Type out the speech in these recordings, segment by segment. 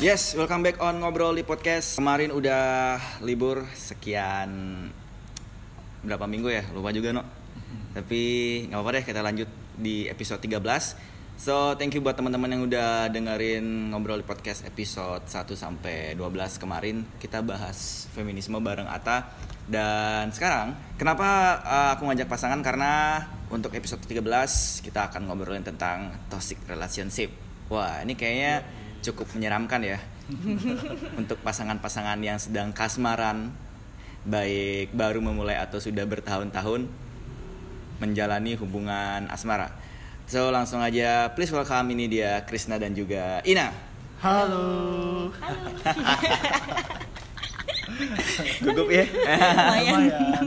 Yes, welcome back on Ngobrol di Podcast. Kemarin udah libur sekian berapa minggu ya? Lupa juga no. Tapi gak apa-apa deh, kita lanjut di episode 13. So, thank you buat teman-teman yang udah dengerin Ngobrol di Podcast episode 1 sampai 12 kemarin. Kita bahas feminisme bareng Ata. Dan sekarang, kenapa aku ngajak pasangan? Karena untuk episode 13 kita akan ngobrolin tentang toxic relationship. Wah, ini kayaknya cukup menyeramkan ya. Untuk pasangan-pasangan yang sedang kasmaran, baik baru memulai atau sudah bertahun-tahun menjalani hubungan asmara. So langsung aja, please welcome, ini dia Krisna dan juga Ina. Halo. Gugup ya? Lumayan.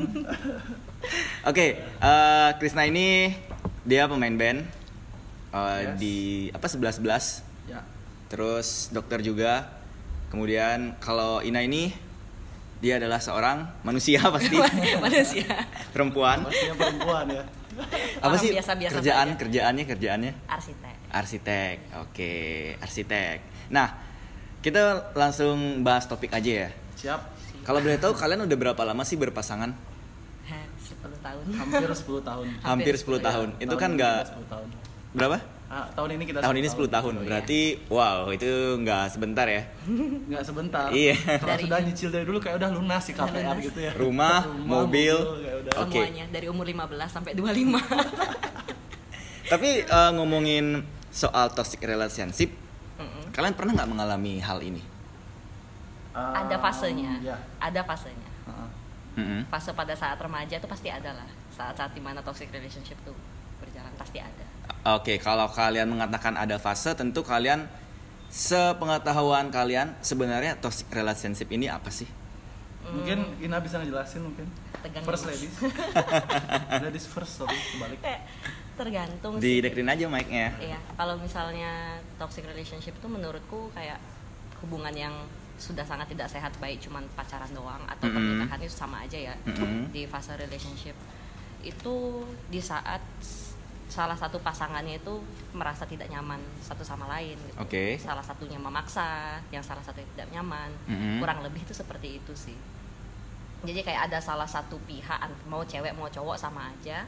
Oke, Krisna ini dia pemain band Yes. di 11-11. Ya. Terus dokter juga. Kemudian kalau Ina ini dia adalah seorang manusia pasti. Manusia. Perempuan. Pastinya perempuan ya. Apa Orang sih biasa-biasa kerjaannya? Arsitek. Oke, arsitek. Nah, kita langsung bahas topik aja ya. Siap. Kalau boleh tahu kalian udah berapa lama sih berpasangan? 10 tahun. Hampir 10 tahun. Hampir 10 tahun. Ya, Itu tahun kan ini enggak kita 10 tahun. berapa? Tahun ini kita Tahun ini 10 tahun. Oh, Berarti wow, itu enggak sebentar ya. Enggak sebentar. Iya. Kalau sudah nyicil dari dulu kayak udah lunas sih KPR lunas. gitu ya. Rumah, mobil. kayak udah. Oke. Semuanya dari umur 15 sampai 25. Tapi ngomongin soal toxic relationship, kalian pernah nggak mengalami hal ini? Ada fasenya. Ya. Ada fasenya. Heeh. Fase pada saat remaja itu pasti ada lah. Saat-saat dimana toxic relationship tuh berjalan pasti ada. Oke, kalau kalian mengatakan ada fase, tentu kalian sepengetahuan kalian sebenarnya toxic relationship ini apa sih? Mungkin Ina bisa ngejelasin mungkin. Tegang First banget. ladies. Ladies first, sorry, kebalik. Tergantung sih. Dideketin aja mic-nya. Iya, kalau misalnya toxic relationship itu menurutku kayak hubungan yang sudah sangat tidak sehat, baik cuman pacaran doang atau pernikahan itu sama aja ya. Di fase relationship itu di saat salah satu pasangannya itu merasa tidak nyaman satu sama lain gitu. Oke. Salah satunya memaksa, yang salah satunya tidak nyaman. Kurang lebih itu seperti itu sih. Jadi kayak ada salah satu pihak, mau cewek mau cowok sama aja,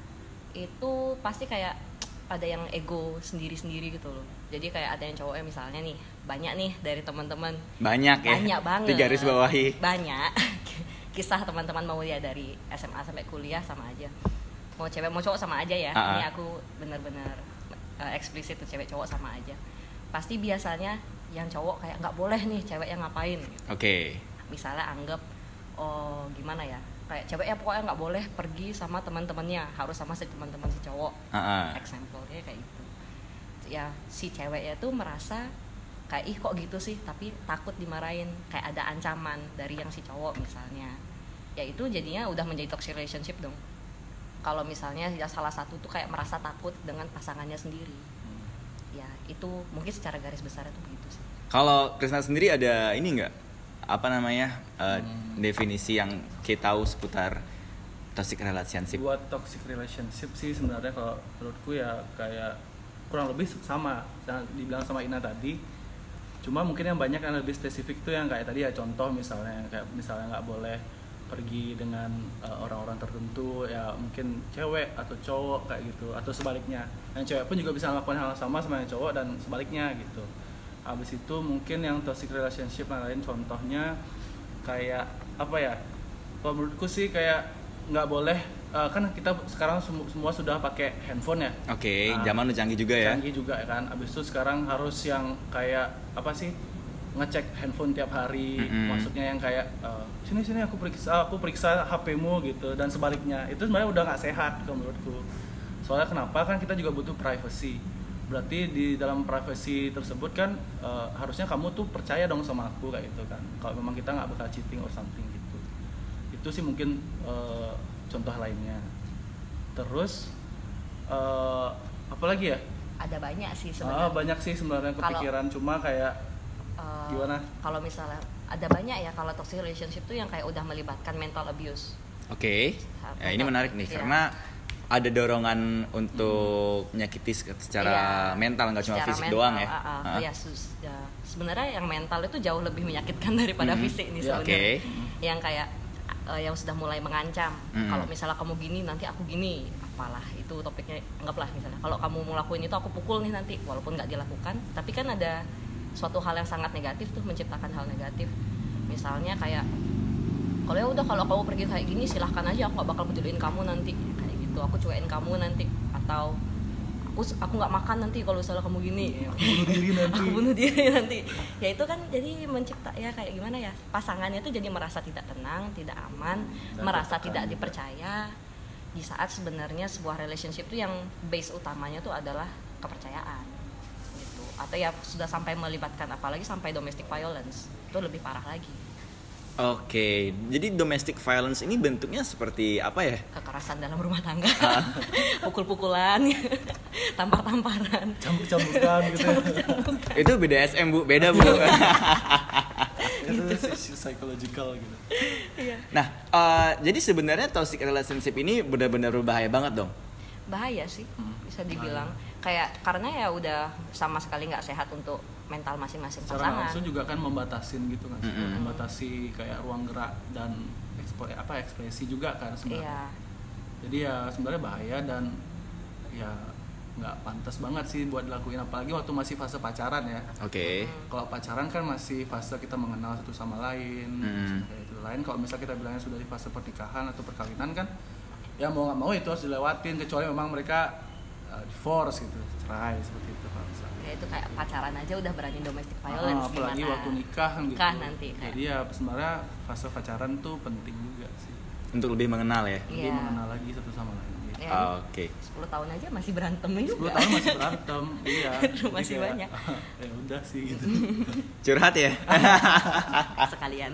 itu pasti kayak ada yang ego sendiri-sendiri gitu loh. Jadi kayak ada yang cowoknya misalnya nih, banyak nih dari teman-teman. Banyak ya. Banyak banget. Digaris bawahi. Banyak. Kisah teman-teman mau ya dari SMA sampai kuliah sama aja. Mau cewek mau cowok sama aja ya. Ini aku benar-benar eksplisit tuh, cewek cowok sama aja. Pasti biasanya yang cowok kayak nggak boleh nih cewek yang ngapain gitu. Oke. Misalnya anggap gimana ya, kayak cewek ya pokoknya nggak boleh pergi sama teman-temannya, harus sama si teman-teman si cowok. Example-nya kayak gitu ya. Si ceweknya tuh merasa kayak ih kok gitu sih, tapi takut dimarahin, kayak ada ancaman dari yang si cowok misalnya. Ya itu jadinya udah menjadi toxic relationship dong. Kalau misalnya ya salah satu tuh kayak merasa takut dengan pasangannya sendiri. Ya itu mungkin secara garis besar itu begitu sih. Kalau Krisna sendiri ada ini nggak, apa namanya, definisi yang kita tahu seputar toxic relationship? Buat toxic relationship sih sebenarnya kalau menurutku ya kayak kurang lebih sama yang dibilang sama Ina tadi. Cuma mungkin yang banyak yang lebih spesifik tuh yang kayak tadi ya, contoh misalnya nggak boleh pergi dengan orang-orang tertentu ya, mungkin cewek atau cowok kayak gitu, atau sebaliknya. Yang cewek pun juga bisa melakukan hal yang sama yang cowok dan sebaliknya gitu. Habis itu mungkin yang toxic relationship yang lain contohnya kayak apa ya? Kalau menurutku sih kayak nggak boleh, kan kita sekarang semua sudah pakai handphone ya. Oke, zaman udah canggih juga ya. Canggih juga kan. Abis itu sekarang harus yang kayak apa sih, ngecek handphone tiap hari. Maksudnya yang kayak sini aku periksa HP-mu gitu, dan sebaliknya. Itu sebenarnya udah nggak sehat kalau menurutku. Soalnya kenapa, kan kita juga butuh privacy. Berarti di dalam privacy tersebut kan harusnya kamu tuh percaya dong sama aku kayak gitu kan. Kalau memang kita nggak bakal cheating or something gitu. Itu sih mungkin contoh lainnya. Terus apa lagi ya? Ada banyak sih sebenarnya. Banyak sih sebenarnya kepikiran, cuma kayak gimana? Kalau misalnya ada banyak ya, kalau toxic relationship tuh yang kayak udah melibatkan mental abuse. Oke. Ya, ini menarik nih, karena ada dorongan untuk menyakiti secara mental, nggak cuma fisik mental, doang ya. Ya, sebenarnya yang mental itu jauh lebih menyakitkan daripada fisik nih sebenarnya. Yang kayak yang sudah mulai mengancam. Kalau misalnya kamu gini nanti aku gini, apalah itu topiknya, anggaplah misalnya kalau kamu mau lakuin itu aku pukul nih nanti, walaupun nggak dilakukan, tapi kan ada suatu hal yang sangat negatif tuh, menciptakan hal negatif. Misalnya kayak kalau ya udah kalau kamu pergi kayak gini silahkan aja, aku gak bakal peduliin kamu nanti kayak gitu, aku cuekin kamu nanti, atau aku nggak makan nanti kalau misalnya kamu gini, aku bunuh diri nanti. Ya itu kan jadi mencipta ya kayak gimana ya, pasangannya itu jadi merasa tidak tenang, tidak aman, merasa tidak dipercaya, di saat sebenarnya sebuah relationship itu yang base utamanya tuh adalah kepercayaan gitu. Atau ya sudah sampai melibatkan apalagi sampai domestic violence, itu lebih parah lagi. Oke, jadi domestic violence ini bentuknya seperti apa ya? Kekerasan dalam rumah tangga, pukul-pukulan, tampar-tamparan, cambuk-cambukan gitu. Itu BDSM Bu, beda Bu. Itu psychological gitu. Nah, jadi sebenarnya toxic relationship ini benar-benar berbahaya banget dong. Bahaya sih, bisa dibilang. Kayak karena ya udah sama sekali nggak sehat untuk mental masing-masing pasangan. Secara langsung juga kan membatasin gitu kan, membatasi kayak ruang gerak dan ekspresi juga kan sebenarnya. Iya. Jadi ya sebenarnya bahaya dan ya nggak pantas banget sih buat dilakuin, apalagi waktu masih fase pacaran ya. Oke. Kalau pacaran kan masih fase kita mengenal satu sama lain, kayak itu. Lain kalau misalnya kita bilangnya sudah di fase pernikahan atau perkawinan kan, ya mau nggak mau itu harus dilewatin, kecuali memang mereka divorce gitu, cerai seperti itu kalau misalnya. Ya itu kayak pacaran aja udah berani domestic violence, apalagi gimana waktu nikah kan gitu. Nanti kayak. Jadi ya sebenarnya fase pacaran tuh penting juga sih. Untuk lebih mengenal ya. Lebih mengenal lagi satu sama lain. Gitu. Ya, Oke. 10 tahun aja masih berantem juga. 10 tahun masih berantem, iya. Masih kayak, banyak. Ya udah sih gitu. Curhat ya. Sekalian.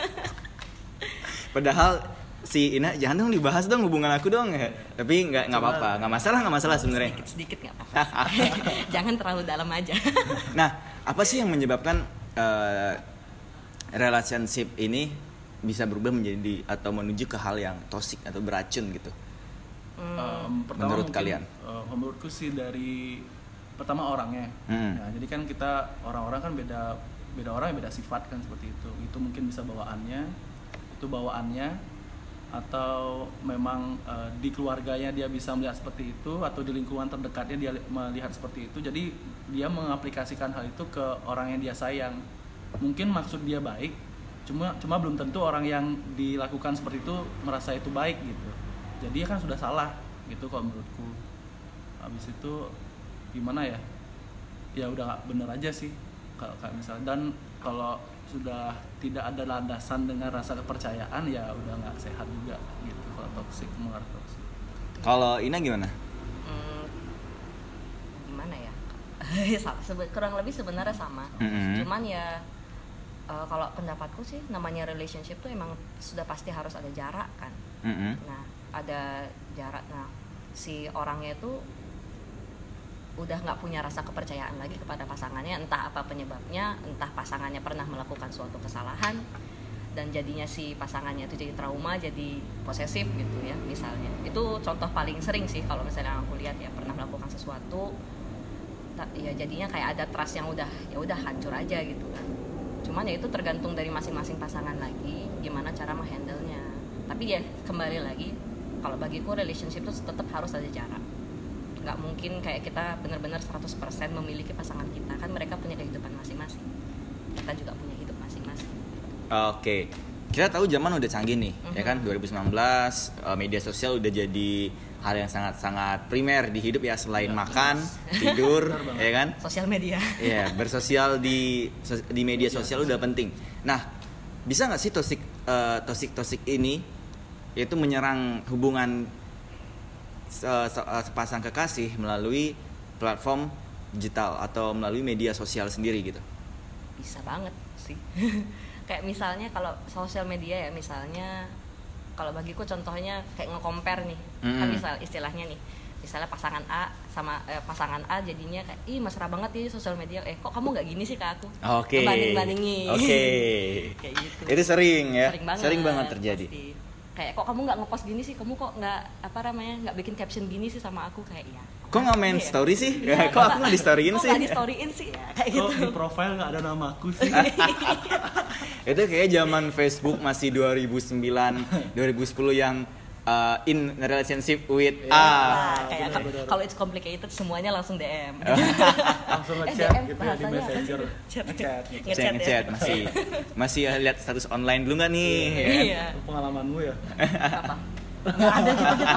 Padahal si Ina jangan dong dibahas dong hubungan aku dong ya. Tapi nggak apa-apa, nggak masalah sebenarnya. Sedikit nggak apa-apa. Jangan terlalu dalam aja. Nah, apa sih yang menyebabkan relationship ini bisa berubah menjadi atau menuju ke hal yang toksik atau beracun gitu? Pertama menurut mungkin, kalian? Menurutku sih dari pertama orangnya. Nah, jadi kan kita orang-orang kan beda orang beda sifat kan seperti itu. Itu mungkin bisa bawaannya, atau memang di keluarganya dia bisa melihat seperti itu, atau di lingkungan terdekatnya dia melihat seperti itu. Jadi dia mengaplikasikan hal itu ke orang yang dia sayang. Mungkin maksud dia baik, cuma belum tentu orang yang dilakukan seperti itu merasa itu baik gitu. Jadi kan sudah salah gitu kalau menurutku. Habis itu gimana ya? Ya udah gak bener aja sih kalau kayak misalnya. Dan kalau sudah tidak ada landasan dengan rasa kepercayaan, ya udah nggak sehat juga gitu kalau toksik, mengarah toksik. Kalau Ina gimana? Gimana ya? Kurang lebih sebenarnya sama. Cuman ya kalau pendapatku sih namanya relationship tuh emang sudah pasti harus ada jarak kan. Nah ada jarak. Nah si orangnya itu udah nggak punya rasa kepercayaan lagi kepada pasangannya, entah apa penyebabnya, entah pasangannya pernah melakukan suatu kesalahan dan jadinya si pasangannya itu jadi trauma, jadi posesif gitu ya misalnya. Itu contoh paling sering sih kalau misalnya aku lihat ya, pernah melakukan sesuatu ya jadinya kayak ada trust yang udah hancur aja gitu kan. Cuman ya itu tergantung dari masing-masing pasangan lagi gimana cara menghandle-nya. Tapi ya kembali lagi, kalau bagiku relationship itu tetap harus ada jarak. Nggak mungkin kayak kita benar-benar 100% memiliki pasangan kita, kan mereka punya kehidupan masing-masing, kita juga punya hidup masing-masing. Oke, kita tahu zaman udah canggih nih, ya kan, 2019 media sosial udah jadi hal yang sangat-sangat primer di hidup ya, selain makan, tidur, ya kan? Sosial media. Iya, bersosial di media sosial udah penting. Nah, bisa nggak sih toxic ini yaitu menyerang hubungan sepasang kekasih melalui platform digital atau melalui media sosial sendiri gitu? Bisa banget sih. Kayak misalnya kalau sosial media ya, misalnya kalau bagiku contohnya kayak nge-compare nih. Kan istilahnya nih, misalnya pasangan A sama pasangan A jadinya kayak ih mesra banget di sosial media, kok kamu nggak gini sih ke aku? Banding-bandingin. Oke. Kayak gitu. Itu sering ya. Sering banget terjadi. Pasti. kayak kok kamu nggak ngepost gini sih, kamu kok nggak nggak bikin caption gini sih sama aku, kayak ya kok nggak main story sih? Iya, Kok aku nggak di storyin sih? Kok nggak di storyin sih ya, kayak gitu. Kok di profile nggak ada namaku sih? Itu kayak zaman Facebook masih 2009, 2010 yang in relationship with Nah, kayak kalau it's complicated semuanya langsung DM. Langsung ngechat DM gitu ya di bahasanya apa messenger. sih? Ngechat. ngechat masih lihat status online dulu nggak nih? Ya kan? Iya. Itu pengalamanmu ya? Apa? Nggak ada gitu-gitu.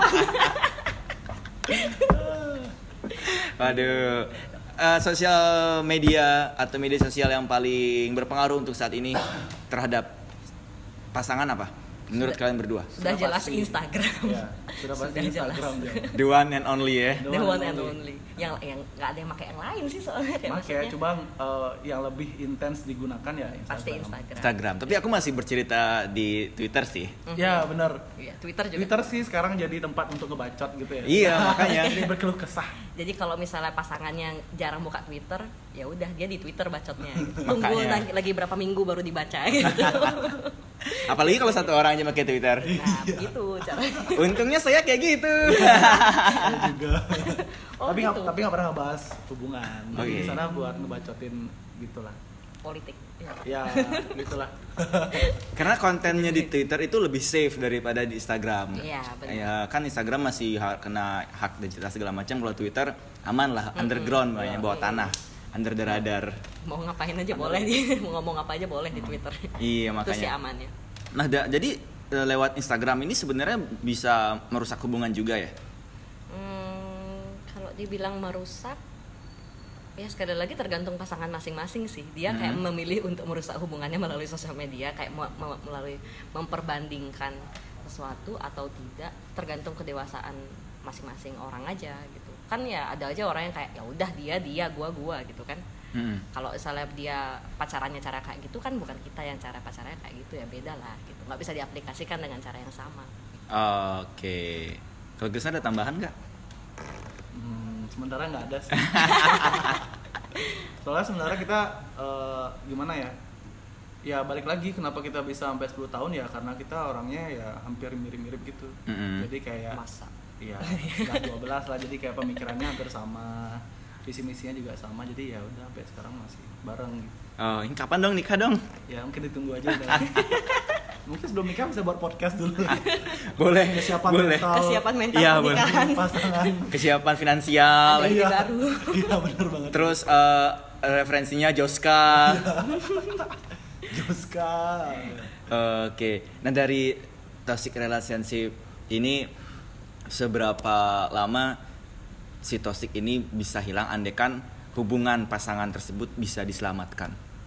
Waduh, sosial media atau media sosial yang paling berpengaruh untuk saat ini terhadap pasangan apa? Menurut kalian berdua? Sudah jelas pasti. Instagram. Ya, sudah pasti Sudah Instagram jelas. dia. The one and only ya. The one and only. Yang nggak ada yang pakai yang lain sih soalnya, kayak Makanya maksudnya. coba yang lebih intens digunakan ya Instagram. Pasti Instagram. Instagram. Tapi aku masih bercerita di Twitter sih. Ya benar. Iya, Twitter juga. Twitter sih sekarang jadi tempat untuk ngebacot gitu ya. Iya, makanya. Jadi berkeluh kesah. Jadi kalau misalnya pasangannya jarang buka Twitter, ya udah dia di Twitter bacotnya. Tunggu Makanya. lagi berapa minggu baru dibaca gitu. Apalagi kalau satu orang aja pakai Twitter. Nah, begitu caranya. Untungnya saya kayak gitu. Saya juga. Oh, tapi gitu. nggak pernah ngebahas hubungan. Jadi Oke. di sana buat ngebacotin gitulah. Politik. Ya. Ya, gitulah. Karena kontennya di Twitter itu lebih safe daripada di Instagram. Iya, benar. Ya, kan Instagram masih kena hak digital segala macam. Kalau Twitter aman lah, underground banyak, bawah tanah, under the radar. Mau ngapain aja boleh dia, mau ngomong apa aja boleh di Twitter. Iya, Itu sih makanya. aman ya. Nah, jadi lewat Instagram ini sebenarnya bisa merusak hubungan juga ya? Kalau dibilang merusak, ya sekali lagi tergantung pasangan masing-masing sih. Dia kayak memilih untuk merusak hubungannya melalui sosial media, kayak melalui memperbandingkan sesuatu atau tidak, tergantung kedewasaan masing-masing orang aja gitu. Kan ya ada aja orang yang kayak ya udah dia gua gitu kan. Kalau misalnya dia pacarannya cara kayak gitu kan bukan kita yang cara pacarannya kayak gitu, ya beda lah gitu. Nggak bisa diaplikasikan dengan cara yang sama. Oke. Kalau Grisna ada tambahan nggak? Sementara nggak ada sih. Soalnya sebenarnya kita gimana ya? Ya balik lagi kenapa kita bisa sampai 10 tahun ya karena kita orangnya ya hampir mirip-mirip gitu. Jadi kayak Masa. Iya, udah 12 lah, jadi kayak pemikirannya hampir sama, visi misinya juga sama, jadi ya udah sampai sekarang masih bareng gitu. Oh, ini kapan dong nikah dong? Ya mungkin ditunggu aja udah. Mungkin sebelum nikah bisa buat podcast dulu. Boleh. Kesiapan boleh. mental. Kesiapan mental Iya, pernikahan. Pasangan. Kesiapan finansial. Ada ide Iya. baru. Iya benar banget. Terus referensinya Joska. Joska. Oke. Nah, dari toxic relationship ini seberapa lama si toxic ini bisa hilang andekan hubungan pasangan tersebut bisa diselamatkan?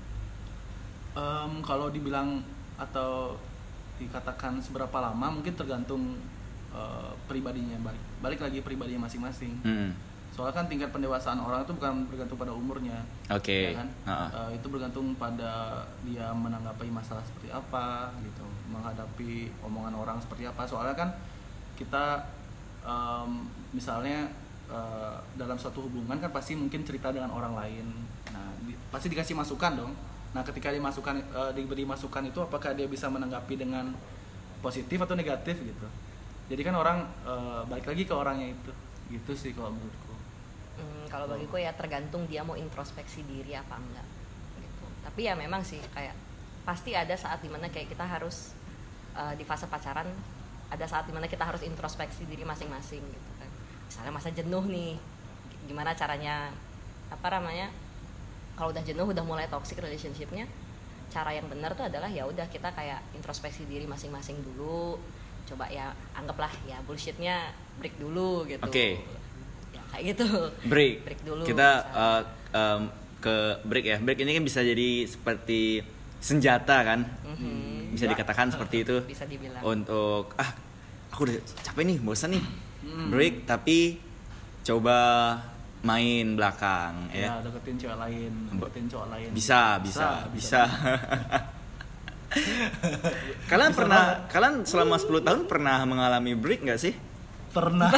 Kalau dibilang atau dikatakan seberapa lama mungkin tergantung pribadinya, balik lagi pribadinya masing-masing. Soalnya kan tingkat pendewasaan orang itu bukan bergantung pada umurnya. Oke. Ya kan? Itu bergantung pada dia menanggapi masalah seperti apa gitu, menghadapi omongan orang seperti apa. Soalnya kan kita misalnya dalam suatu hubungan kan pasti mungkin cerita dengan orang lain. Nah, pasti dikasih masukan dong. Nah, ketika diberi masukan itu apakah dia bisa menanggapi dengan positif atau negatif gitu. Jadi kan orang balik lagi ke orangnya itu. Gitu sih kalau menurutku. Kalau bagiku ya tergantung dia mau introspeksi diri apa enggak gitu. Tapi ya memang sih kayak pasti ada saat dimana kayak kita harus di fase pacaran ada saat dimana kita harus introspeksi diri masing-masing gitu kan. Misalnya masa jenuh nih, gimana caranya kalau udah jenuh udah mulai toxic relationshipnya, cara yang benar tuh adalah ya udah kita kayak introspeksi diri masing-masing dulu, coba ya anggaplah ya bullshitnya break dulu gitu. Oke. Ya kayak gitu. Break dulu. Kita ke break ya. Break ini kan bisa jadi seperti senjata kan. Bisa dikatakan seperti itu. Bisa dibilang. Untuk aku udah capek nih, bosan nih. Break tapi coba main belakang ya. Deketin cewek lain, deketin cowok lain. Bisa. Kalian selama 10 tahun pernah mengalami break nggak sih? Pernah.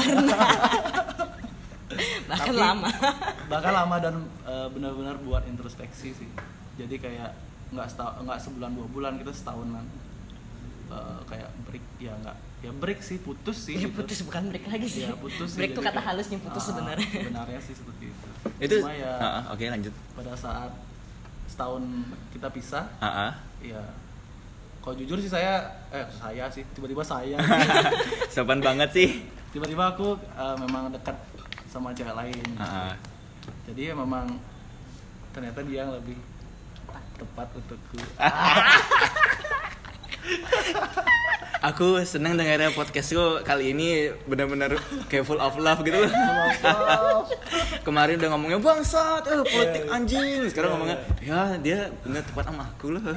Bahkan Tapi, lama. Bahkan lama dan benar-benar buat introspeksi sih. Jadi kayak nggak sebulan 2 bulan, kita setahunan kayak break ya ya break sih, putus sih. Ya, putus bukan break lagi sih. Ya, putus break sih, tuh kata halusnya putus sebenarnya. Sebenarnya sih seperti itu. Itu cuma ya oke, lanjut. pada saat setahun kita pisah, ya kalau jujur sih saya sih tiba-tiba saya sopan banget sih. Tiba-tiba aku memang dekat sama cewek lain. Jadi ya memang ternyata dia yang lebih tepat untukku. Aku senang dengarnya podcastku kali ini benar-benar kayak full of love gitu loh. Kemarin udah ngomongnya bangsat, politik anjing. Sekarang ngomongnya ya dia benar tepat sama aku loh.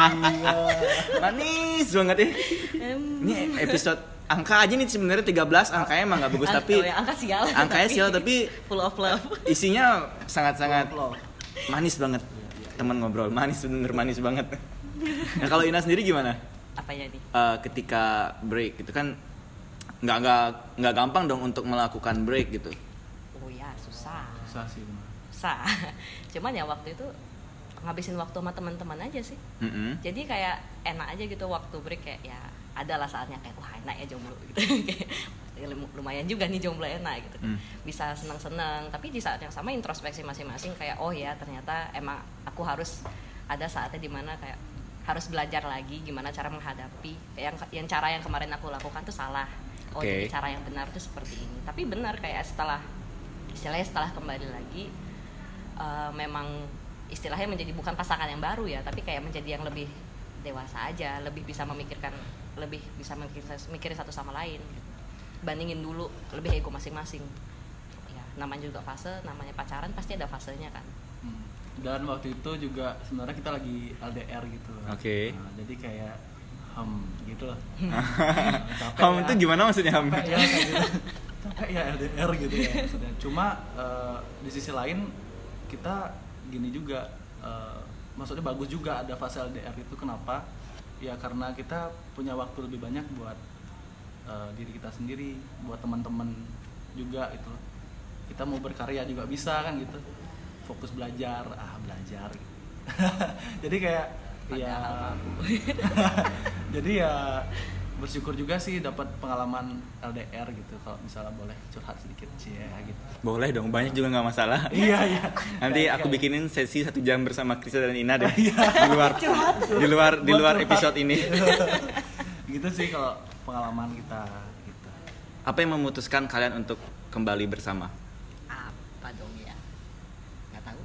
Manis banget ya. Ini episode angka aja nih sebenarnya 13, angkanya emang nggak bagus tapi angkanya sial tapi full of love. Isinya sangat-sangat manis banget. Teman ngobrol manis, bener manis banget. Nah kalau Ina sendiri gimana? Apanya nih? Ketika break itu kan nggak gampang dong untuk melakukan break gitu. Oh ya susah sih. Susah. Cuman ya waktu itu ngabisin waktu sama teman-teman aja sih. Jadi kayak enak aja gitu waktu break, kayak ya ada lah saatnya kayak wah enak ya jomblo gitu. Lumayan juga nih jomblo enak gitu kan. Bisa senang-senang, tapi di saat yang sama introspeksi masing-masing kayak oh ya ternyata emang aku harus ada saatnya dimana kayak harus belajar lagi gimana cara menghadapi yang cara yang kemarin aku lakukan tuh salah. Jadi cara yang benar tuh seperti ini. Tapi benar kayak setelah kembali lagi memang istilahnya menjadi bukan pasangan yang baru ya, tapi kayak menjadi yang lebih dewasa aja, lebih bisa mikirin satu sama lain gitu. Bandingin dulu lebih ego masing-masing. Ya, namanya juga fase, namanya pacaran pasti ada fasenya kan. Dan waktu itu juga sebenarnya kita lagi LDR gitu. Oke. Nah, jadi kayak gitu lah. Itu gimana maksudnya capek ya kayak gitu. Capek ya LDR gitu ya maksudnya. Cuma di sisi lain kita gini juga, maksudnya bagus juga ada fase LDR itu. Kenapa? Ya karena kita punya waktu lebih banyak buat diri kita sendiri, buat teman-teman juga itu. Kita mau berkarya juga bisa kan gitu. Fokus belajar gitu. Jadi kayak jadi ya bersyukur juga sih dapat pengalaman LDR gitu. Kalau misalnya boleh curhat sedikit sih ya gitu. Boleh dong, banyak juga nggak masalah. Iya. Nanti aku bikinin sesi 1 jam bersama Krista dan Ina deh. di luar episode ini. Gitu sih kalau pengalaman kita gitu. Apa yang memutuskan kalian untuk kembali bersama? Apa dong ya? Nggak tahu.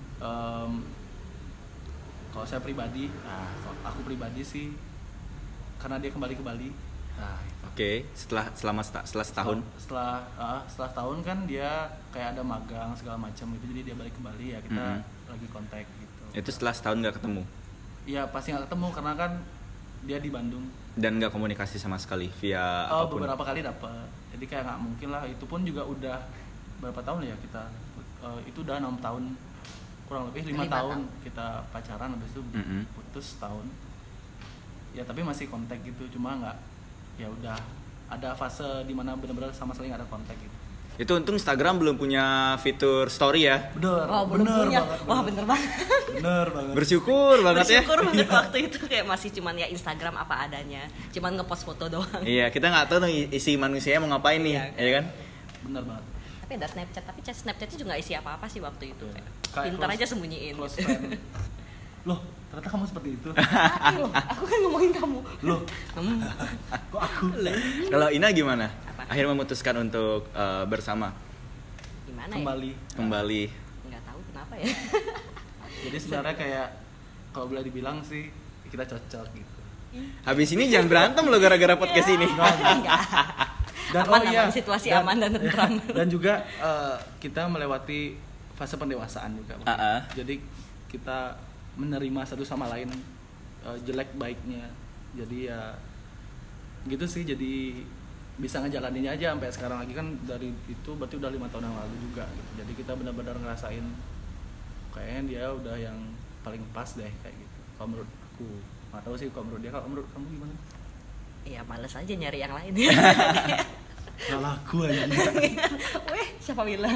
Kalau saya pribadi, kalau aku pribadi sih karena dia kembali ke Bali. Setelah setahun. Setelah setahun kan dia kayak ada magang segala macam gitu, jadi dia balik ke Bali ya kita lagi kontak gitu. Itu setelah setahun nggak ketemu? Iya pasti nggak ketemu karena kan dia di Bandung. Dan nggak komunikasi sama sekali via apapun? Beberapa kali dapat. Jadi kayak nggak mungkin lah. Itu pun juga udah berapa tahun ya kita? Itu udah 6 tahun kurang lebih 5 tahun kita pacaran, habis itu putus setahun. Ya tapi masih kontak gitu, cuma nggak, ya udah ada fase dimana benar-benar sama sekali nggak ada kontak gitu. Itu untung Instagram belum punya fitur story ya. Bener banget. Bersyukur banget ya. Bersyukur banget waktu itu kayak masih cuman ya Instagram apa adanya, cuman ngepost foto doang. Iya, kita nggak tahu isi manusianya mau ngapain nih, ya kan? Bener banget. Tapi ada Snapchat, tapi Snapchatnya juga nggak isi apa-apa sih waktu itu. Pintar aja sembunyiin. Close friend. Loh, ternyata kamu seperti itu. Loh, aku kan ngomongin kamu. Loh, kok aku? Kalau Ina gimana? Akhirnya memutuskan untuk bersama. Gimana Kembali. Nggak tahu kenapa ya. Jadi sebenarnya kayak kalau boleh dibilang sih kita cocok gitu. Habis ini jangan berantem loh gara-gara podcast ini. Dan aman, situasi aman dan tentram. Dan juga kita melewati fase pendewasaan juga. Jadi kita menerima satu sama lain jelek baiknya. Jadi ya gitu sih, jadi bisa ngejalaninnya aja sampai sekarang lagi kan. Dari itu berarti udah 5 tahun yang lalu juga gitu. Jadi kita benar-benar ngerasain kayaknya dia udah yang paling pas deh kayak gitu. Kalau menurut aku, nggak tahu sih kalau menurut dia. Kalau menurut kamu gimana? Iya males aja nyari yang lain. Nggak laku aja. Weh siapa bilang?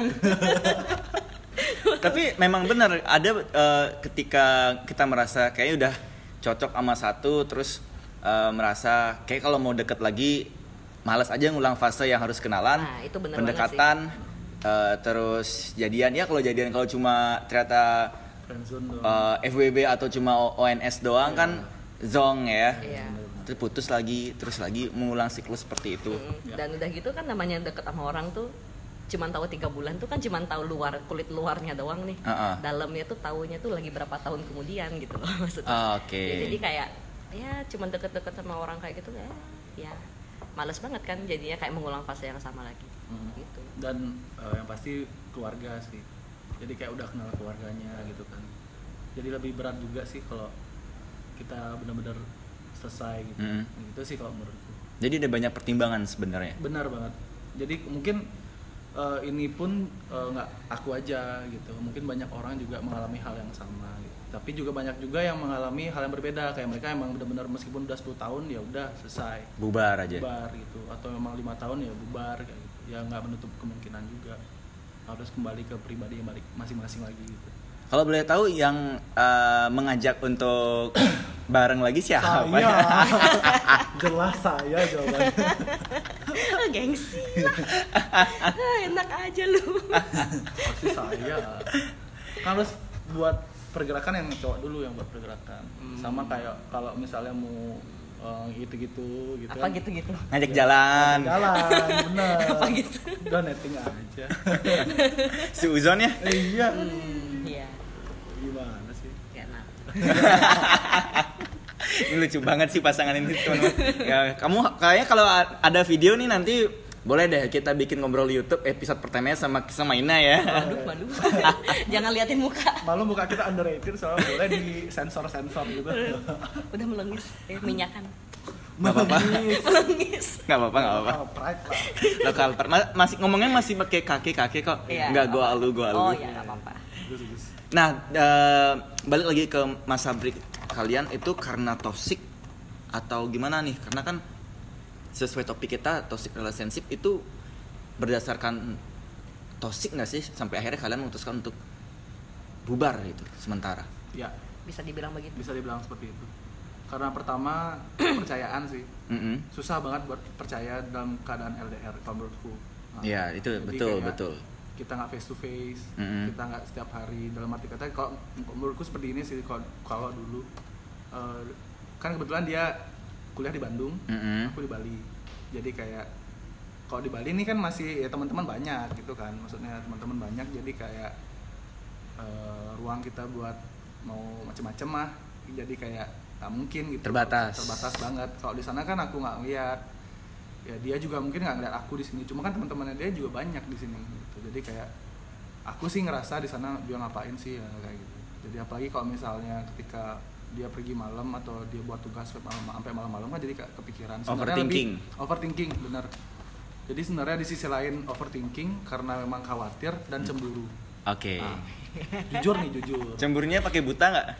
Tapi memang benar ada ketika kita merasa kayaknya udah cocok sama satu, terus merasa kayak kalau mau deket lagi malas aja ngulang fase yang harus kenalan, Nah, itu bener pendekatan, terus jadian. Ya kalau jadian kalau cuma ternyata Friendzone doang. FWB atau cuma ONS doang kan zong ya. Iya. Terus putus lagi, terus lagi mengulang siklus seperti itu. Dan udah gitu kan namanya deket sama orang tuh cuman tahu 3 bulan tuh kan cuman tahu kulit luarnya doang nih. Dalamnya tuh taunya tuh lagi berapa tahun kemudian gitu loh maksudnya. Oke. Ya, jadi kayak ya cuman deket-deket sama orang kayak gitu ya males banget kan jadinya kayak mengulang fase yang sama lagi. Gitu. Dan yang pasti keluarga sih. Jadi kayak udah kenal keluarganya gitu kan. Jadi lebih berat juga sih kalau kita benar-benar selesai gitu. Gitu sih kalau menurutku. Jadi ada banyak pertimbangan sebenarnya. Benar banget. Jadi mungkin ini pun nggak aku aja gitu, mungkin banyak orang juga mengalami hal yang sama gitu. Tapi juga banyak juga yang mengalami hal yang berbeda, kayak mereka emang benar-benar meskipun udah 10 tahun ya udah selesai Bubar aja. bubar gitu, atau memang 5 tahun ya bubar kayak gitu. Ya nggak menutup kemungkinan juga harus kembali ke pribadi yang balik masing-masing lagi gitu. Kalau boleh tahu yang mengajak untuk bareng lagi siapa? Saya jelas saya jawabannya. Gengsi lah. Enak aja lu. Pasti saya. Kan harus buat pergerakan yang cowok dulu yang buat pergerakan. Sama kayak kalau misalnya mau gitu-gitu gitu. Apa gitu-gitu? Ngajak jalan. Jalan, bener. Apa gitu? Udah netting aja. Si Uzon ya? Iya. Iya. Gimana sih? Enak. Ini lucu banget sih pasangan ini teman-teman. Ya, kamu kayaknya kalau ada video nih nanti boleh deh kita bikin ngobrol YouTube episode pertamanya sama Ina ya. Aduh, malu. Jangan liatin muka. Malu muka kita underrated soalnya boleh di sensor-sensor gitu. Udah melengis, minyakan. Nggak apa-apa. Melengis. Nggak apa-apa, nggak apa-apa. Pride lah. Lokal masih ngomongnya masih pakai kaki kok. Iya, Nggak gua alu. Oh iya, nggak apa-apa. Bagus. Nah, balik lagi ke masa break kalian itu karena toxic atau gimana nih? Karena kan sesuai topik kita toxic relationship itu berdasarkan toxic nggak sih sampai akhirnya kalian memutuskan untuk bubar gitu sementara? Ya, Bisa dibilang begitu. bisa dibilang seperti itu. Karena pertama kepercayaan sih. Susah banget buat percaya dalam keadaan LDR kalau menurutku. Nah, Iya, itu jadi betul. Kita nggak face to face, kita nggak setiap hari. Dalam arti kata kalau menurutku seperti ini sih kalau dulu kan kebetulan dia kuliah di Bandung, aku di Bali. Jadi kayak kalau di Bali ini kan masih ya teman-teman banyak gitu kan, maksudnya teman-teman banyak, jadi kayak ruang kita buat mau macem-macem mah jadi kayak nggak mungkin gitu, terbatas banget. Kalau di sana kan aku nggak ngeliat, ya dia juga mungkin nggak ngeliat aku di sini, cuma kan teman-temannya dia juga banyak di sini gitu. Jadi kayak aku sih ngerasa di sana dia ngapain sih ya, kayak gitu. Jadi apalagi kalau misalnya ketika dia pergi malam atau dia buat tugas sampai malam-malam kan jadi kepikiran. Overthinking bener. Jadi sebenarnya di sisi lain overthinking karena memang khawatir dan cemburu. Oke. Nah, jujur. Cemburunya pakai buta nggak?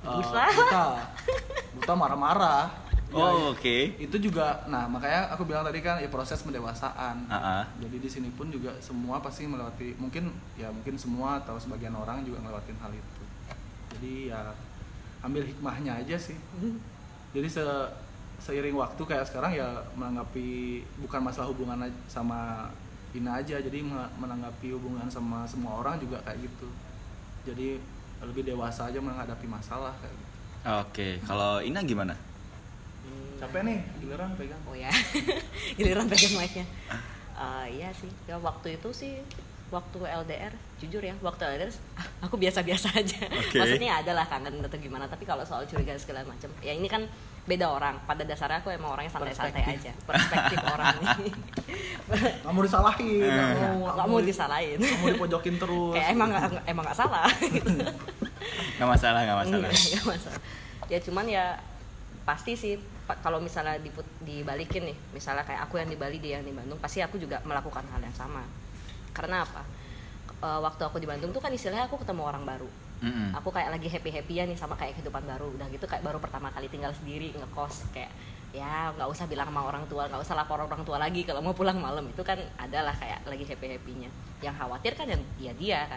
Buta marah-marah. Oh, oke. Itu juga, nah makanya aku bilang tadi kan ya proses pendewasaan. Jadi di sini pun juga semua pasti melewati, mungkin semua atau sebagian orang juga ngelewatin hal itu. Jadi ya ambil hikmahnya aja sih. Jadi seiring waktu kayak sekarang ya menanggapi bukan masalah hubungan sama Ina aja, jadi menanggapi hubungan sama semua orang juga kayak gitu. Jadi lebih dewasa aja menghadapi masalah kayak gitu. Oke, kalau Ina gimana? Capek nih, giliran pegang. Oh ya, giliran pegang mic-nya. Iya sih, ya waktu itu sih, waktu LDR, jujur ya, waktu LDR aku biasa-biasa aja. Okay. Maksudnya ada lah kangen atau gimana, tapi kalau soal curiga segala macam, ya ini kan beda orang. Pada dasarnya aku emang orangnya santai-santai aja. Perspektif orang ini. Nggak mau disalahin, nggak mau disalahin. Nggak mau dipojokin terus. Kayak emang nggak salah. Gitu. Nggak masalah. Nggak masalah. Ya cuman ya pasti sih kalau misalnya dibalikin nih, misalnya kayak aku yang di Bali dia yang di Bandung, pasti aku juga melakukan hal yang sama. Karena apa? Waktu aku di Bandung tuh kan istilahnya aku ketemu orang baru. Aku kayak lagi happy-happy ya nih sama kayak kehidupan baru. Udah gitu kayak baru pertama kali tinggal sendiri, ngekos, kayak ya nggak usah bilang sama orang tua, nggak usah lapor orang tua lagi kalau mau pulang malam. Itu kan adalah kayak lagi happy-happynya. Yang khawatir kan yang dia kan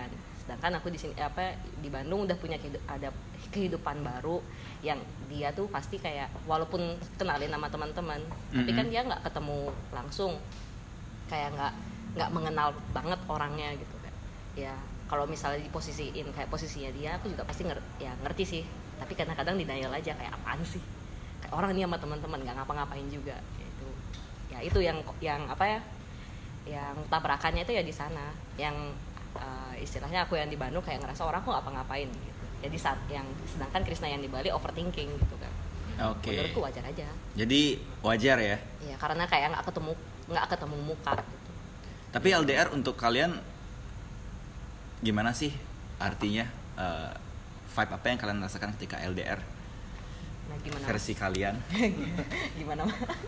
sedangkan aku di sini di Bandung udah punya ada kehidupan baru yang dia tuh pasti kayak walaupun kenalin nama teman-teman tapi kan dia nggak ketemu langsung, kayak nggak mengenal banget orangnya gitu kan. Ya kalau misalnya diposisiin kayak posisinya dia, aku juga pasti ngerti sih, tapi kadang-kadang denial aja, kayak apaan sih, kayak orang ini sama teman-teman nggak ngapa-ngapain juga gitu. Ya itu yang apa ya, yang tabrakannya itu ya di sana, yang istilahnya aku yang di Bandung kayak ngerasa orang kok ngapa-ngapain gitu. Jadi saat yang sedangkan Krisna yang di Bali overthinking gitu kan. Oke. Menurutku wajar aja. Jadi wajar ya. Iya, karena kayak nggak ketemu muka gitu. Tapi LDR untuk kalian gimana sih artinya? Vibe apa yang kalian rasakan ketika LDR? Nah, gimana? Versi kalian? Gimana?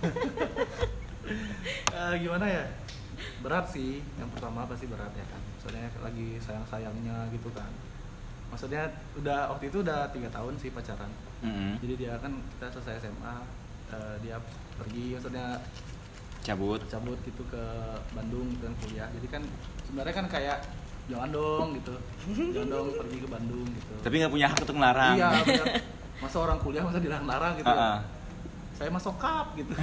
Gimana ya? Berat sih. Yang pertama pasti berat ya kan. Soalnya lagi sayang-sayangnya gitu kan. Maksudnya waktu itu udah 3 tahun sih pacaran. Jadi dia kan, kita selesai SMA, dia pergi, maksudnya cabut gitu ke Bandung gitu kan, kuliah. Jadi kan sebenarnya kan kayak jangan dong pergi ke Bandung gitu. Tapi nggak punya hak untuk melarang. Iya, bener. Masa orang kuliah masa dilarang gitu. Saya mah sokap gitu.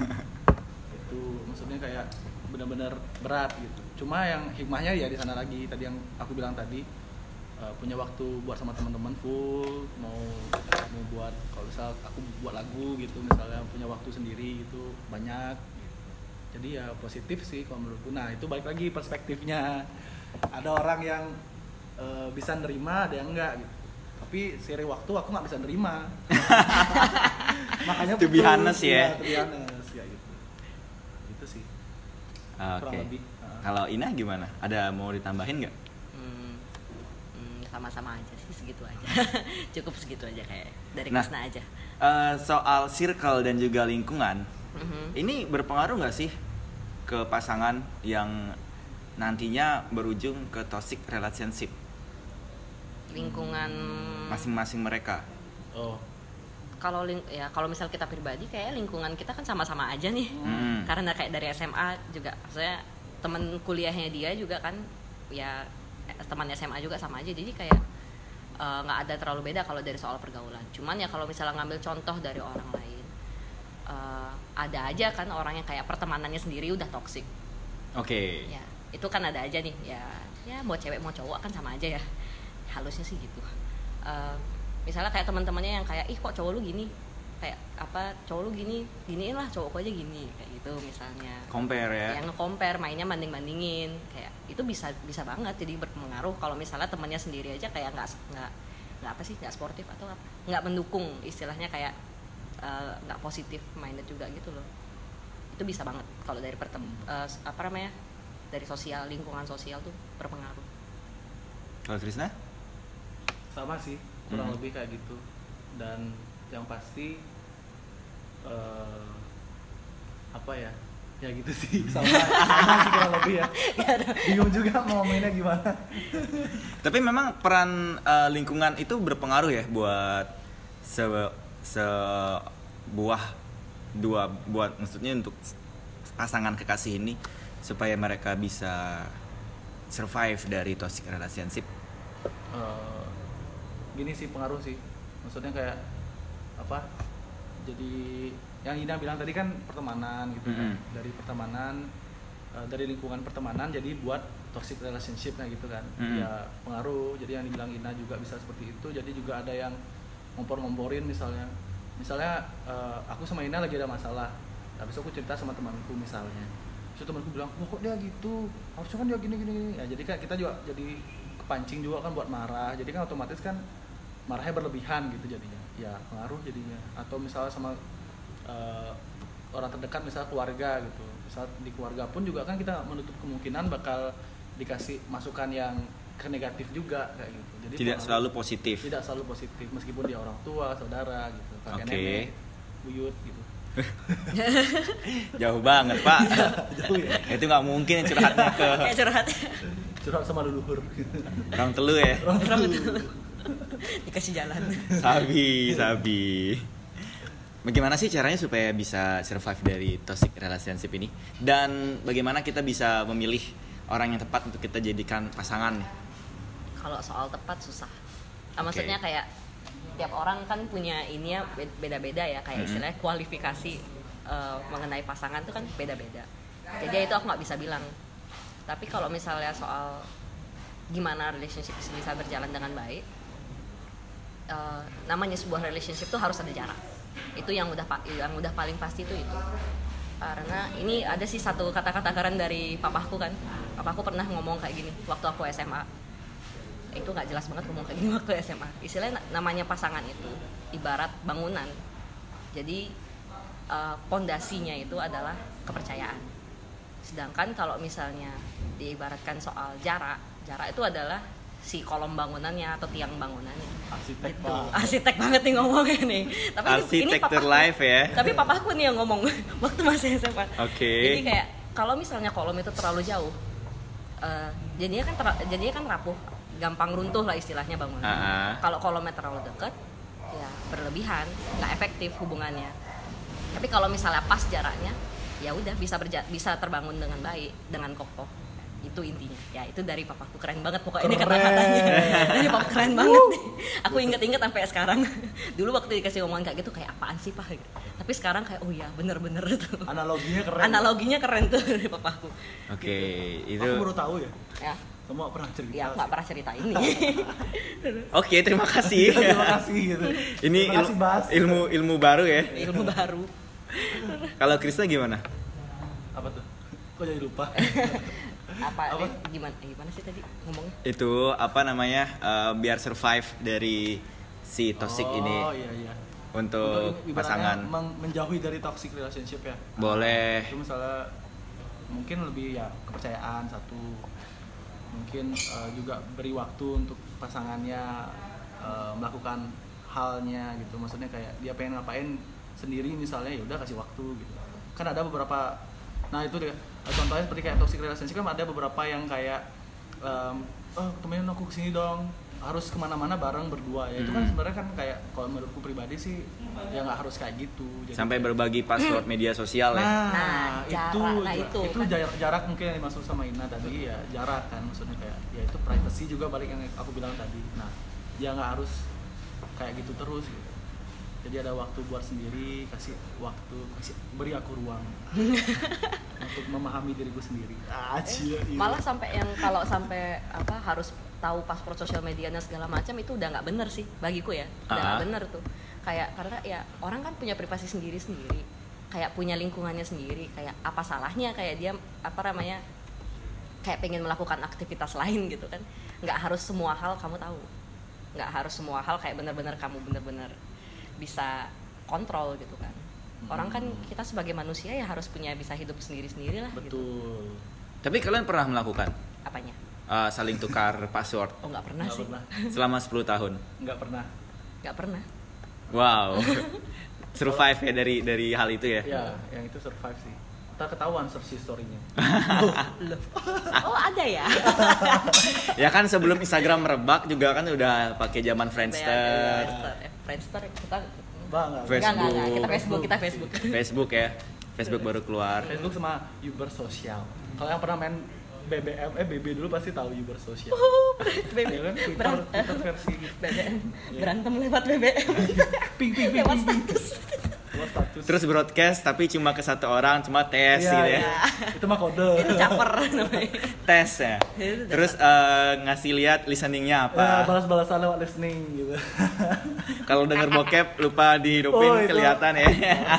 Itu maksudnya kayak benar-benar berat gitu. Cuma yang hikmahnya ya di sana lagi, tadi yang aku bilang tadi, punya waktu buat sama teman-teman full, mau buat, kalau misal aku buat lagu gitu misalnya, punya waktu sendiri gitu banyak. Jadi ya positif sih kalau menurutku. Nah itu balik lagi perspektifnya, ada orang yang bisa nerima, ada yang enggak gitu. Tapi seiring waktu aku nggak bisa nerima. Makanya to be honest ya. To be honest ya gitu. Itu sih. Oke. Kalau Ina gimana? Ada mau ditambahin nggak? Sama-sama aja sih, segitu aja. Cukup segitu aja kayak dari Krisna aja. Soal circle dan juga lingkungan, ini berpengaruh nggak sih ke pasangan yang nantinya berujung ke toxic relationship? Lingkungan masing-masing mereka. Kalau misal kita pribadi, kayak lingkungan kita kan sama-sama aja nih. Karena kayak dari SMA juga, maksudnya teman kuliahnya dia juga kan ya teman SMA juga sama aja, jadi kayak nggak ada terlalu beda kalau dari soal pergaulan. Cuman ya kalau misalnya ngambil contoh dari orang lain, ada aja kan orang yang kayak pertemanannya sendiri udah toksik. Oke. Ya itu kan ada aja nih, ya mau cewek mau cowok kan sama aja ya, halusnya sih gitu. Misalnya kayak teman-temannya yang kayak, ih kok cowok lu gini, kayak apa, cowok lu giniin lah cowokku aja gini, kayak gitu misalnya. Compare ya. Yang nge-compare, mainnya banding-bandingin, kayak itu bisa banget jadi berpengaruh kalau misalnya temannya sendiri aja kayak nggak sportif atau apa, nggak mendukung, istilahnya kayak nggak positif minded juga gitu loh. Itu bisa banget kalau dari dari sosial, lingkungan sosial tuh berpengaruh. Kalau Krisna? Sama sih, kurang lebih kayak gitu. Dan yang pasti apa ya gitu sih, sama sih kurang lebih ya. Bingung juga mau ngomonginnya gimana. Tapi memang peran lingkungan itu berpengaruh ya buat buat maksudnya untuk pasangan kekasih ini supaya mereka bisa survive dari toxic relationship. Gini sih, pengaruh sih, maksudnya kayak apa, jadi yang Ina bilang tadi kan pertemanan gitu kan, dari pertemanan, dari lingkungan pertemanan jadi buat toxic relationship gitu kan. Ya pengaruh, jadi yang dibilang Ina juga bisa seperti itu. Jadi juga ada yang ngompor-ngomporin misalnya aku sama Ina lagi ada masalah, habis aku cerita sama temanku misalnya, terus temanku bilang, wah kok dia gitu, harusnya kan dia gini ya. Jadi kan kita juga jadi kepancing juga kan buat marah, jadi kan otomatis kan marahnya berlebihan gitu jadinya, ya pengaruh jadinya. Atau misalnya sama orang terdekat, misalnya keluarga gitu, misal di keluarga pun juga kan kita menutup kemungkinan bakal dikasih masukan yang negatif juga kayak gitu. Jadi tidak selalu positif meskipun dia orang tua, saudara gitu, kakek nenek, buyut gitu. Jauh banget Pak. Jauh ya. Itu nggak mungkin curhatnya ke curhat sama leluhur. Orang telu ya. Dikasih jalan. Sabi. Bagaimana sih caranya supaya bisa survive dari toxic relationship ini? Dan bagaimana kita bisa memilih orang yang tepat untuk kita jadikan pasangan? Kalau soal tepat susah. Maksudnya kayak tiap orang kan punya ini ya beda-beda ya, kayak istilahnya kualifikasi mengenai pasangan tuh kan beda-beda. Jadi itu aku nggak bisa bilang. Tapi kalau misalnya soal gimana relationship bisa berjalan dengan baik, namanya sebuah relationship tuh harus ada jarak. Itu yang udah paling pasti itu. Karena ini ada sih satu kata-kata keren dari papaku kan. Papaku pernah ngomong kayak gini waktu aku SMA. Itu nggak jelas banget ngomong kayak gini waktu SMA. Istilahnya namanya pasangan itu ibarat bangunan. Jadi pondasinya itu adalah kepercayaan. Sedangkan kalau misalnya diibaratkan soal jarak itu adalah si kolom bangunannya atau tiang bangunannya. Arsitek banget nih ngomongnya nih. Tapi arsitektur live ya. Tapi papaku nih yang ngomong waktu masih SMA. Oke. Jadi kayak kalau misalnya kolom itu terlalu jauh, jadinya kan rapuh, gampang runtuh lah istilahnya bangunan. Kalau kolomnya terlalu dekat, ya berlebihan, nggak efektif hubungannya. Tapi kalau misalnya pas jaraknya, ya udah bisa terbangun dengan baik, dengan kokoh. Itu intinya. Ya itu dari papaku, keren banget pokoknya ini kata-katanya. Dari papa keren banget nih. Aku inget-inget sampai sekarang. Dulu waktu dikasih omongan kayak gitu kayak apaan sih Pak? Tapi sekarang kayak oh ya bener-bener tuh. Analoginya keren tuh dari papaku. Oke, itu. Aku baru tahu ya. Ya. Kamu pernah cerita? Ya, nggak pernah cerita ini. Oke, terima kasih. Terima kasih gitu. Ini ilmu baru ya. Ilmu baru. Kalau Krisna gimana? Apa tuh? Kok jadi lupa? apa? Gimana sih tadi ngomongnya? Itu apa namanya biar survive dari si toxic ini. Oh iya. Untuk pasangan menjauhi dari toxic relationship ya. Boleh. Itu misalnya mungkin lebih ya kepercayaan satu. Mungkin juga beri waktu untuk pasangannya melakukan halnya gitu. Maksudnya kayak dia pengen ngapain sendiri misalnya ya udah kasih waktu gitu. Kan ada beberapa, nah itu dia contohnya seperti kayak toxic relationship kan ada beberapa yang kayak temenin aku kesini dong, harus kemana-mana bareng berdua ya. Itu kan sebenarnya kan kayak kalau menurutku pribadi sih ya nggak harus kayak gitu. Jadi sampai berbagi password media sosial ya. Itu jarak mungkin yang dimaksud sama Ina tadi ya, jarak kan maksudnya kayak ya itu privacy juga balik yang aku bilang tadi. Nah dia nggak harus kayak gitu terus gitu. Jadi ada waktu buat sendiri, beri aku ruang untuk memahami diriku sendiri. Malah sampai yang kalau sampai harus tahu password sosial medianya segala macam itu udah nggak bener sih bagiku ya, udah nggak bener tuh. Kayak karena ya orang kan punya privasi sendiri, kayak punya lingkungannya sendiri. Kayak apa salahnya kayak dia kayak pengen melakukan aktivitas lain gitu kan? Nggak harus semua hal kamu tahu, nggak harus semua hal kayak bener-bener kamu bener-bener bisa kontrol gitu kan. Orang kan kita sebagai manusia ya harus bisa hidup sendiri-sendiri lah. Betul. Gitu. Tapi kalian pernah melakukan? Apanya? Saling tukar password? Oh nggak pernah sih. Selama 10 tahun? Nggak pernah. Wow. Survive ya dari hal itu ya? Ya, yang itu survive sih. Ntar ketahuan search history-nya. Oh ada ya? Ya kan sebelum Instagram merebak juga kan udah pakai zaman Friendster. Friendster kita Facebook. Kita Facebook. Facebook ya. Facebook baru keluar. Facebook sama Uber Sosial. Kalau yang pernah main BBM, BB dulu pasti tahu Uber Sosial. BBM. Twitter versi BBM. Berantem lewat BBM. Ping. Lewat status. Terus broadcast tapi cuma ke satu orang, cuma tes gitu ya. Itu mah kode. Itu caper namanya. Tes ya. Terus ngasih lihat listeningnya apa. Balas-balasan lewat listening gitu. Kalau denger bokep lupa dihidupin kelihatan ya.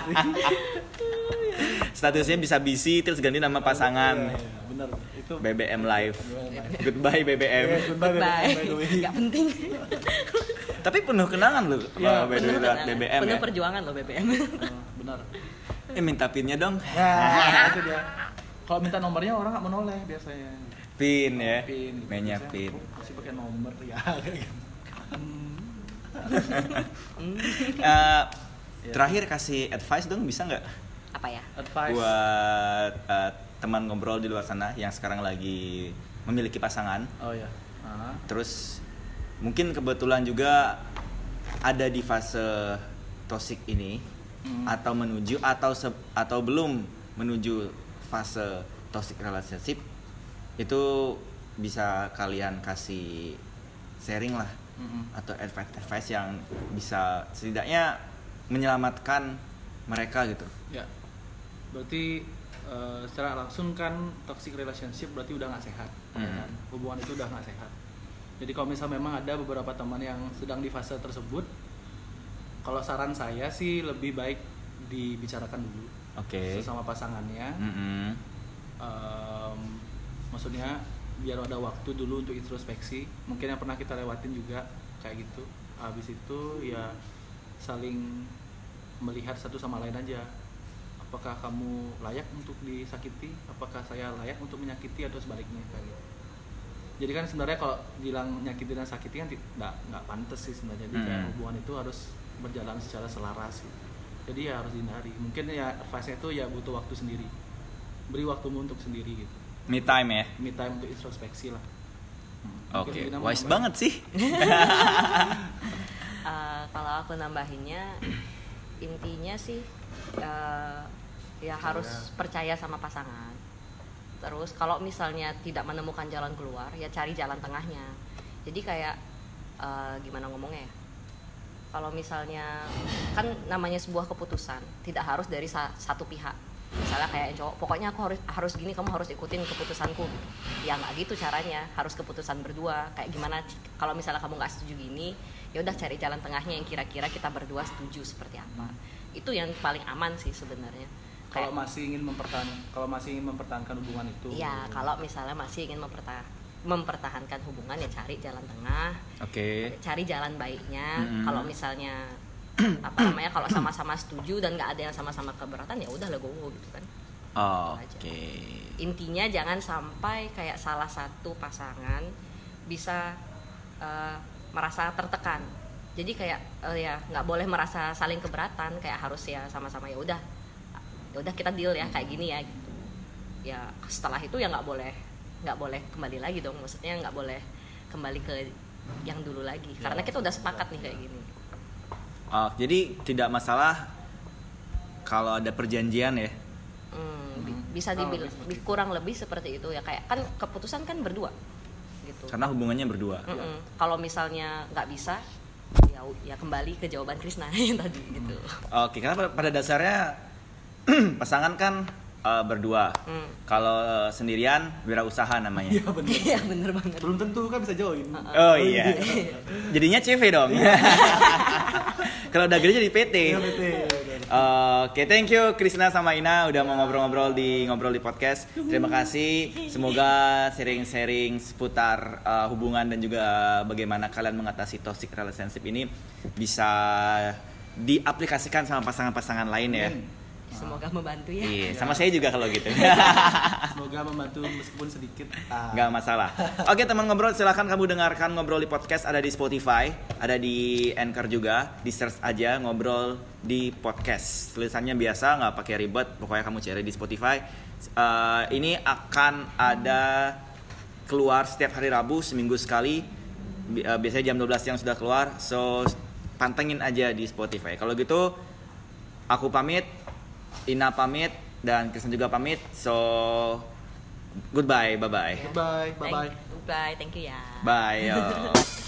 Statusnya bisa busy terus ganti nama pasangan. Iya, benar. Itu BBM live. Goodbye BBM. Goodbye. Enggak penting. Tapi penuh kenangan loh BBM. Penuh ya? perjuangan loh BBM. Benar. Minta pinnya dong. Nah, itu dia. Kalau minta nomornya orang nggak menoleh biasanya. Pin ya. Pin. Mainnya pin. Masih pakai nomor ya. Terakhir kasih advice dong, bisa nggak? Apa ya? Advice buat teman ngobrol di luar sana yang sekarang lagi memiliki pasangan. Oh ya. Terus mungkin kebetulan juga ada di fase toxic ini atau menuju atau belum menuju fase toxic relationship, itu bisa kalian kasih sharing lah, atau advice yang bisa setidaknya menyelamatkan mereka gitu. Ya, berarti secara langsung kan toxic relationship berarti udah nggak sehat, kan? Hubungan itu udah nggak sehat. Jadi kalau misal memang ada beberapa teman yang sedang di fase tersebut, kalau saran saya sih lebih baik dibicarakan dulu, sesama pasangannya. Maksudnya biar ada waktu dulu untuk introspeksi. Mungkin yang pernah kita lewatin juga kayak gitu. Habis itu ya saling melihat satu sama lain aja. Apakah kamu layak untuk disakiti? Apakah saya layak untuk menyakiti atau sebaliknya kayak gitu. Jadi kan sebenarnya kalau bilang nyakiti dan sakiti kan nggak pantas sih sebenarnya. Jadi kayak hubungan itu harus berjalan secara selaras gitu. Jadi ya harus dihindari. Mungkin ya fase itu ya butuh waktu sendiri. Beri waktumu untuk sendiri gitu. Me time ya? Me time untuk introspeksi lah. Oke, wise banget sih. Kalau aku nambahinnya, intinya sih ya harus percaya sama pasangan. Terus kalau misalnya tidak menemukan jalan keluar, ya cari jalan tengahnya. Jadi kayak gimana ngomongnya ya? Kalau misalnya kan namanya sebuah keputusan, tidak harus dari satu pihak. Misalnya kayak cowok, pokoknya aku harus gini, kamu harus ikutin keputusanku. Ya nggak gitu caranya, harus keputusan berdua. Kayak gimana kalau misalnya kamu nggak setuju gini, ya udah cari jalan tengahnya yang kira-kira kita berdua setuju seperti apa. Itu yang paling aman sih sebenarnya. Kalau masih ingin mempertahankan hubungan itu. Iya, kalau misalnya masih ingin mempertahankan hubungan ya cari jalan tengah. Cari jalan baiknya. Kalau misalnya kalau sama-sama setuju dan nggak ada yang sama-sama keberatan ya udah legowo gitu kan. Intinya jangan sampai kayak salah satu pasangan bisa merasa tertekan. Jadi kayak ya nggak boleh merasa saling keberatan, kayak harus ya sama-sama ya udah kita deal ya kayak gini ya gitu. Ya setelah itu ya nggak boleh kembali lagi dong, maksudnya nggak boleh kembali ke yang dulu lagi karena kita udah sepakat nih kayak gini. Jadi tidak masalah kalau ada perjanjian ya. Bisa dibilang kurang lebih seperti itu ya, kayak kan keputusan kan berdua gitu. Karena hubungannya berdua. Kalau misalnya nggak bisa ya kembali ke jawaban Krisna yang tadi gitu. Karena pada dasarnya pasangan kan berdua. Kalau sendirian wirausaha namanya. Iya bener banget. Belum tentu kan bisa join. Oh iya. Jadinya CV dong. Kalau udah gede jadi PT. Oke, thank you Krisna sama Ina udah mau ngobrol-ngobrol di podcast. Terima kasih. Semoga sharing-sharing seputar hubungan dan juga bagaimana kalian mengatasi toxic relationship ini bisa diaplikasikan sama pasangan-pasangan lain ya. Semoga membantu ya. Iya, sama saya juga kalau gitu. Semoga membantu meskipun sedikit. Gak masalah. Oke teman ngobrol, silahkan kamu dengarkan Ngobrol di Podcast, ada di Spotify, ada di Anchor juga. Di search aja Ngobrol di Podcast. Tulisannya biasa, gak pakai ribet. Pokoknya kamu cari di Spotify. Ini akan ada keluar setiap hari Rabu, seminggu sekali. Biasanya jam 12 siang sudah keluar. So pantengin aja di Spotify. Kalau gitu aku pamit, Ina pamit, dan Kristen juga pamit. So goodbye, bye-bye. Bye-bye. Goodbye, thank you ya. Bye. Yo.